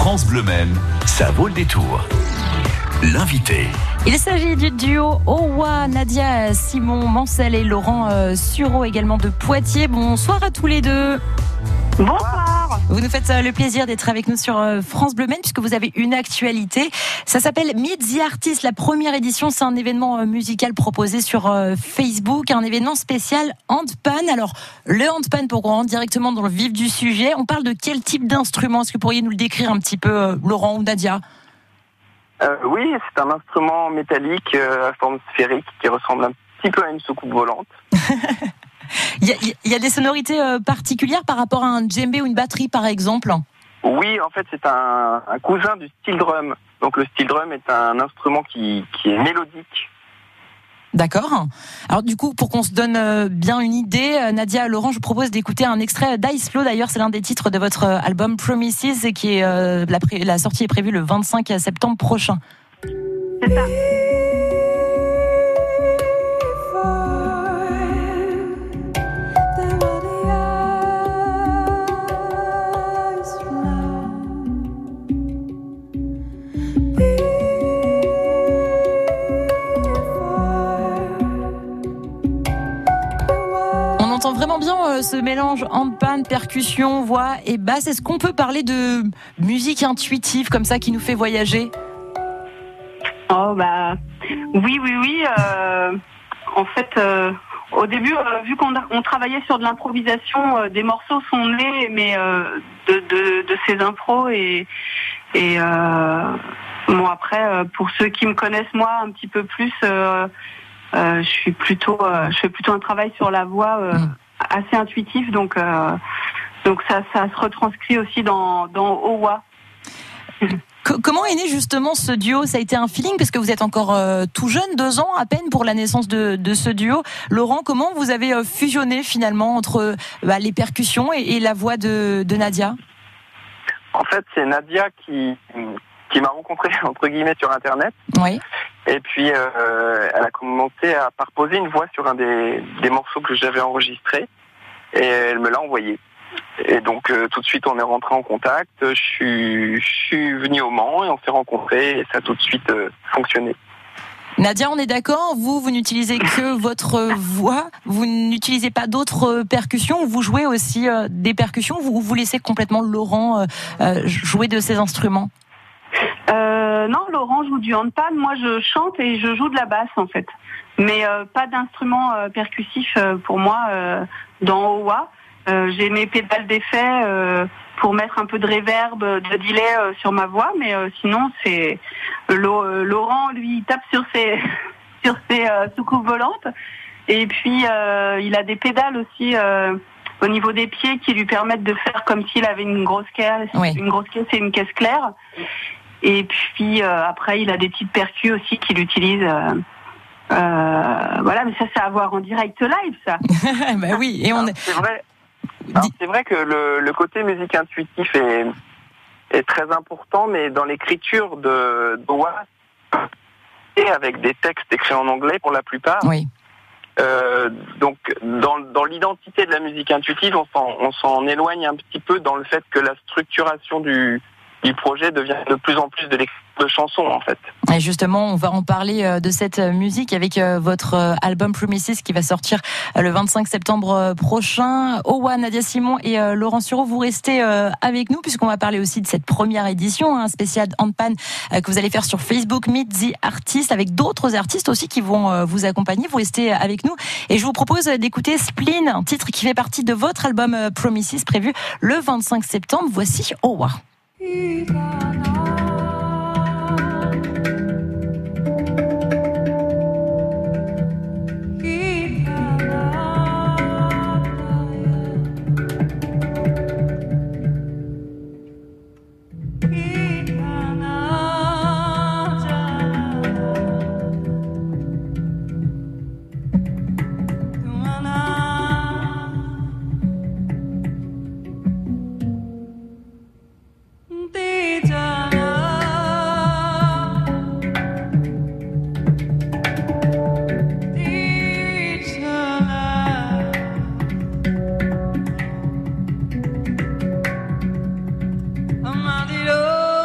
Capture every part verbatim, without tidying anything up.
France Bleu Maine, ça vaut le détour. L'invité. Il s'agit du duo Owa, Nadia Simon Mancel et Laurent euh, Sureau, également de Poitiers. Bonsoir à tous les deux. Bonsoir. Vous nous faites euh, le plaisir d'être avec nous sur euh, France Bleu Maine puisque vous avez une actualité. Ça s'appelle Meet the Artist. La première édition, c'est un événement euh, musical proposé sur euh, Facebook, un événement spécial handpan. Alors, le handpan, pour qu'on rentre directement dans le vif du sujet, on parle de quel type d'instrument? Est-ce que vous pourriez nous le décrire un petit peu, euh, Laurent ou Nadia? Euh, oui, c'est un instrument métallique euh, à forme sphérique qui ressemble un petit peu à une soucoupe volante. Il y, a, il y a des sonorités euh, particulières par rapport à un djembé ou une batterie, par exemple? Oui, en fait, c'est un, un cousin du steel drum. Donc le steel drum est un instrument qui, qui est mélodique. D'accord. Alors du coup, pour qu'on se donne euh, bien une idée, euh, Nadia, Laurent, je vous propose d'écouter un extrait d'Ice Flow. D'ailleurs, c'est l'un des titres de votre euh, album Promises, et qui est euh, la, pré- la sortie est prévue le vingt-cinq septembre prochain. C'est ça. On entend vraiment bien euh, ce mélange handpan, percussion, voix et basse. Est-ce qu'on peut parler de musique intuitive comme ça qui nous fait voyager? Oh bah oui oui oui. Euh, en fait, euh, au début, euh, vu qu'on a, on travaillait sur de l'improvisation, euh, des morceaux sont nés, mais euh, de, de de ces impros et et euh, bon après euh, pour ceux qui me connaissent moi un petit peu plus. Euh, Euh, je suis plutôt, euh, je fais plutôt un travail sur la voix euh, mmh. assez intuitif, donc euh, donc ça, ça se retranscrit aussi dans dans Owa. C- comment est né justement ce duo? Ça a été un feeling parce que vous êtes encore euh, tout jeune, deux ans à peine pour la naissance de de ce duo. Laurent, comment vous avez euh, fusionné finalement entre bah, les percussions et, et la voix de de Nadia? En fait, c'est Nadia qui qui m'a rencontré entre guillemets sur Internet. Oui. Et puis, euh, elle a commencé à parposer une voix sur un des, des morceaux que j'avais enregistrés. Et elle me l'a envoyé. Et donc, euh, tout de suite, on est rentré en contact. Je suis, je suis venu au Mans et on s'est rencontrés. Et ça a tout de suite euh, fonctionné. Nadia, on est d'accord? Vous, vous n'utilisez que votre voix? Vous n'utilisez pas d'autres percussions? Vous jouez aussi euh, des percussions? Ou vous, vous laissez complètement Laurent euh, euh, jouer de ces instruments? Euh, non, Laurent joue du handpan. Moi, je chante et je joue de la basse, en fait. Mais euh, pas d'instrument euh, percussif euh, pour moi euh, dans Owa. Euh, j'ai mes pédales d'effet euh, pour mettre un peu de reverb, de delay euh, sur ma voix. Mais euh, sinon, c'est euh, Laurent, lui, il tape sur ses sur ses euh, soucoupes volantes. Et puis, euh, il a des pédales aussi euh, au niveau des pieds qui lui permettent de faire comme s'il avait une grosse caisse, oui. une grosse caisse et une caisse claire. Et puis euh, après, il a des petites percus aussi qu'il utilise. Euh, euh, voilà, mais ça, c'est à voir en direct live, ça. Bah oui, et on Alors, c'est vrai. Alors, c'est vrai que le, le côté musique intuitif est est très important, mais dans l'écriture de Doha, et avec des textes écrits en anglais pour la plupart. Oui. Euh, donc, dans dans l'identité de la musique intuitive, on s'en on s'en éloigne un petit peu dans le fait que la structuration du du projet devient de plus en plus de l'écriture de chansons, en fait. Et justement, on va en parler de cette musique avec votre album Promises qui va sortir le vingt-cinq septembre prochain. Owa, Nadia Simon et Laurent Sureau, vous restez avec nous puisqu'on va parler aussi de cette première édition, un spécial handpan que vous allez faire sur Facebook, Meet the Artist, avec d'autres artistes aussi qui vont vous accompagner. Vous restez avec nous et je vous propose d'écouter Spleen, un titre qui fait partie de votre album Promises prévu le vingt-cinq septembre. Voici Owa. Amadilo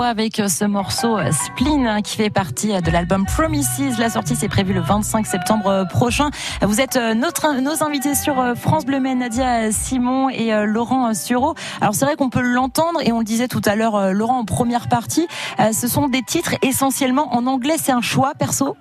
Owa avec ce morceau Spleen qui fait partie de l'album Promises. La sortie c'est prévu le vingt-cinq septembre prochain. Vous êtes notre, nos invités sur France Bleu Maine, Nadia Simon et Laurent Sureau. Alors c'est vrai qu'on peut l'entendre et on le disait tout à l'heure, Laurent, en première partie, ce sont des titres essentiellement en anglais. C'est un choix perso?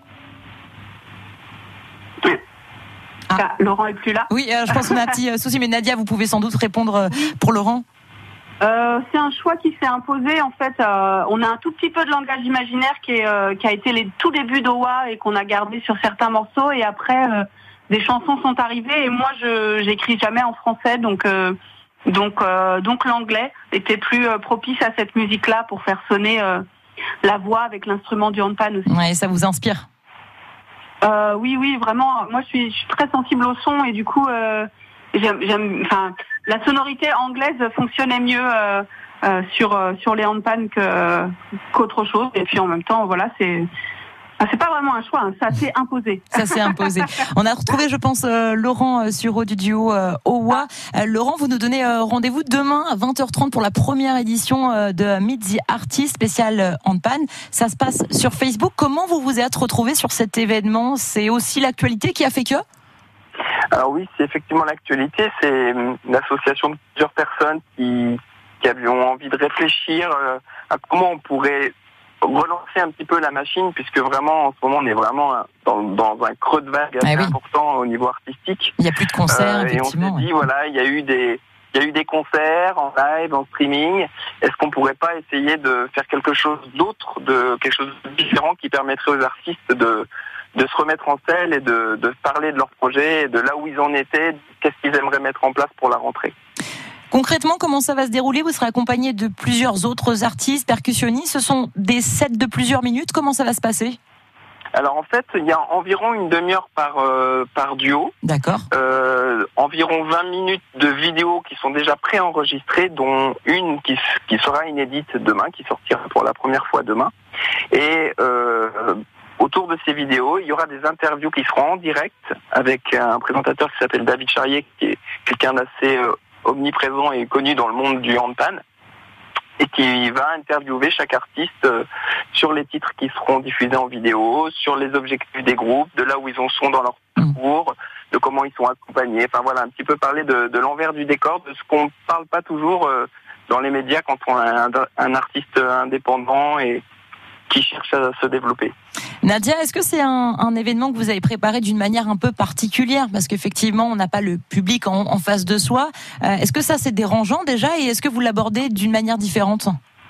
Ah, Laurent est plus là. Oui, euh, je pense qu'on a un petit souci, mais Nadia, vous pouvez sans doute répondre pour Laurent. Euh, c'est un choix qui s'est imposé. En fait, euh, on a un tout petit peu de langage imaginaire qui, est, euh, qui a été les tout débuts d'Owa et qu'on a gardé sur certains morceaux. Et après, euh, des chansons sont arrivées. Et moi, je j'écris jamais en français, donc euh, donc euh, donc l'anglais était plus euh, propice à cette musique-là pour faire sonner euh, la voix avec l'instrument du handpan aussi. Ouais, ça vous inspire? Euh, oui, oui, vraiment. Moi, je suis, je suis très sensible au son et du coup, euh, j'aime, j'aime, enfin, la sonorité anglaise fonctionnait mieux euh, euh, sur euh, sur les handpans que qu'autre chose. Et puis en même temps, voilà, c'est c'est pas vraiment un choix, hein, ça s'est imposé. Ça s'est imposé. On a retrouvé, je pense, euh, Laurent Sureau du duo euh, Owa. Euh, Laurent, vous nous donnez euh, rendez-vous demain à vingt heures trente pour la première édition euh, de Meet the Artist spécial euh, handpan. Ça se passe sur Facebook. Comment vous vous êtes retrouvés sur cet événement? C'est aussi l'actualité qui a fait que? Alors oui, c'est effectivement l'actualité. C'est une association de plusieurs personnes qui, qui avaient envie de réfléchir euh, à comment on pourrait relancer un petit peu la machine, puisque vraiment en ce moment on est vraiment dans, dans un creux de vague assez ah oui. important au niveau artistique. Il n'y a plus de concerts, euh, effectivement. Et on s'est dit, ouais. voilà, il y a eu des il y a eu des concerts en live, en streaming. Est-ce qu'on pourrait pas essayer de faire quelque chose d'autre, de quelque chose de différent qui permettrait aux artistes de de se remettre en selle et de, de parler de leur projet, de là où ils en étaient, qu'est-ce qu'ils aimeraient mettre en place pour la rentrée. Concrètement, comment ça va se dérouler? Vous serez accompagné de plusieurs autres artistes, percussionnistes. Ce sont des sets de plusieurs minutes. Comment ça va se passer? Alors en fait, il y a environ une demi-heure par euh, par duo. D'accord. Euh, environ vingt minutes de vidéos qui sont déjà préenregistrées, dont une qui qui sera inédite demain, qui sortira pour la première fois demain. Et euh, autour de ces vidéos, il y aura des interviews qui seront en direct avec un présentateur qui s'appelle David Charrier, qui est quelqu'un d'assez euh, omniprésent et connu dans le monde du handpan, et qui va interviewer chaque artiste euh, sur les titres qui seront diffusés en vidéo, sur les objectifs des groupes, de là où ils en sont dans leur parcours, de comment ils sont accompagnés. Enfin voilà, un petit peu parler de, de l'envers du décor, de ce qu'on ne parle pas toujours euh, dans les médias quand on a un, un artiste indépendant et qui cherche à se développer. Nadia, est-ce que c'est un, un événement que vous avez préparé d'une manière un peu particulière? Parce qu'effectivement, on n'a pas le public en, en face de soi. Euh, est-ce que ça, c'est dérangeant déjà? Et est-ce que vous l'abordez d'une manière différente?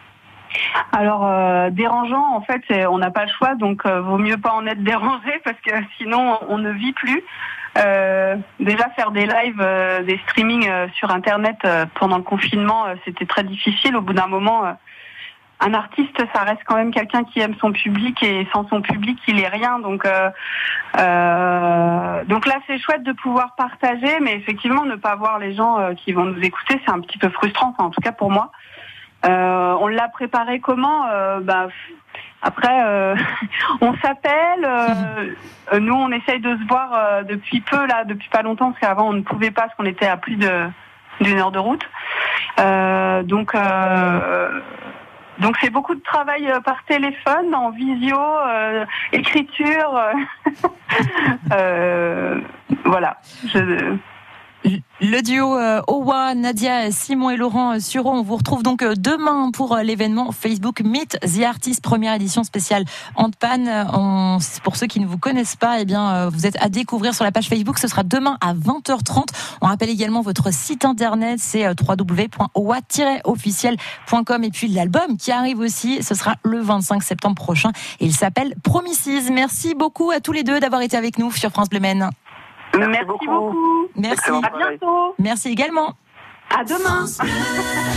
Alors, euh, dérangeant, en fait, c'est, on n'a pas le choix, donc euh, vaut mieux pas en être dérangé, parce que sinon, on ne vit plus. Euh, déjà, faire des lives, euh, des streamings euh, sur Internet euh, pendant le confinement, euh, c'était très difficile. Au bout d'un moment... Euh, Un artiste, ça reste quand même quelqu'un qui aime son public, et sans son public, il est rien. Donc, euh, euh, donc là, c'est chouette de pouvoir partager, mais effectivement, ne pas voir les gens euh, qui vont nous écouter, c'est un petit peu frustrant. Enfin, en tout cas pour moi. Euh, on l'a préparé comment euh, bah, après, euh, on s'appelle. Euh, nous, on essaye de se voir euh, depuis peu là, depuis pas longtemps, parce qu'avant on ne pouvait pas, parce qu'on était à plus de d'une heure de route. Euh, donc euh, Donc c'est beaucoup de travail par téléphone, en visio, euh, écriture, euh, voilà. Je... Le duo euh, Owa, Nadia, Simon et Laurent Sureau, on vous retrouve donc demain pour l'événement Facebook Meet the Artist, première édition spéciale handpan. On, pour ceux qui ne vous connaissent pas, eh bien, vous êtes à découvrir sur la page Facebook. Ce sera demain à vingt heures trente. On rappelle également votre site internet, c'est w w w point owa tiret officiel point com, et puis l'album qui arrive aussi, ce sera le vingt-cinq septembre prochain et il s'appelle Promises. Merci beaucoup à tous les deux d'avoir été avec nous sur France Bleu Maine. Merci, Merci beaucoup. beaucoup. Merci. À bientôt. Merci également. À demain.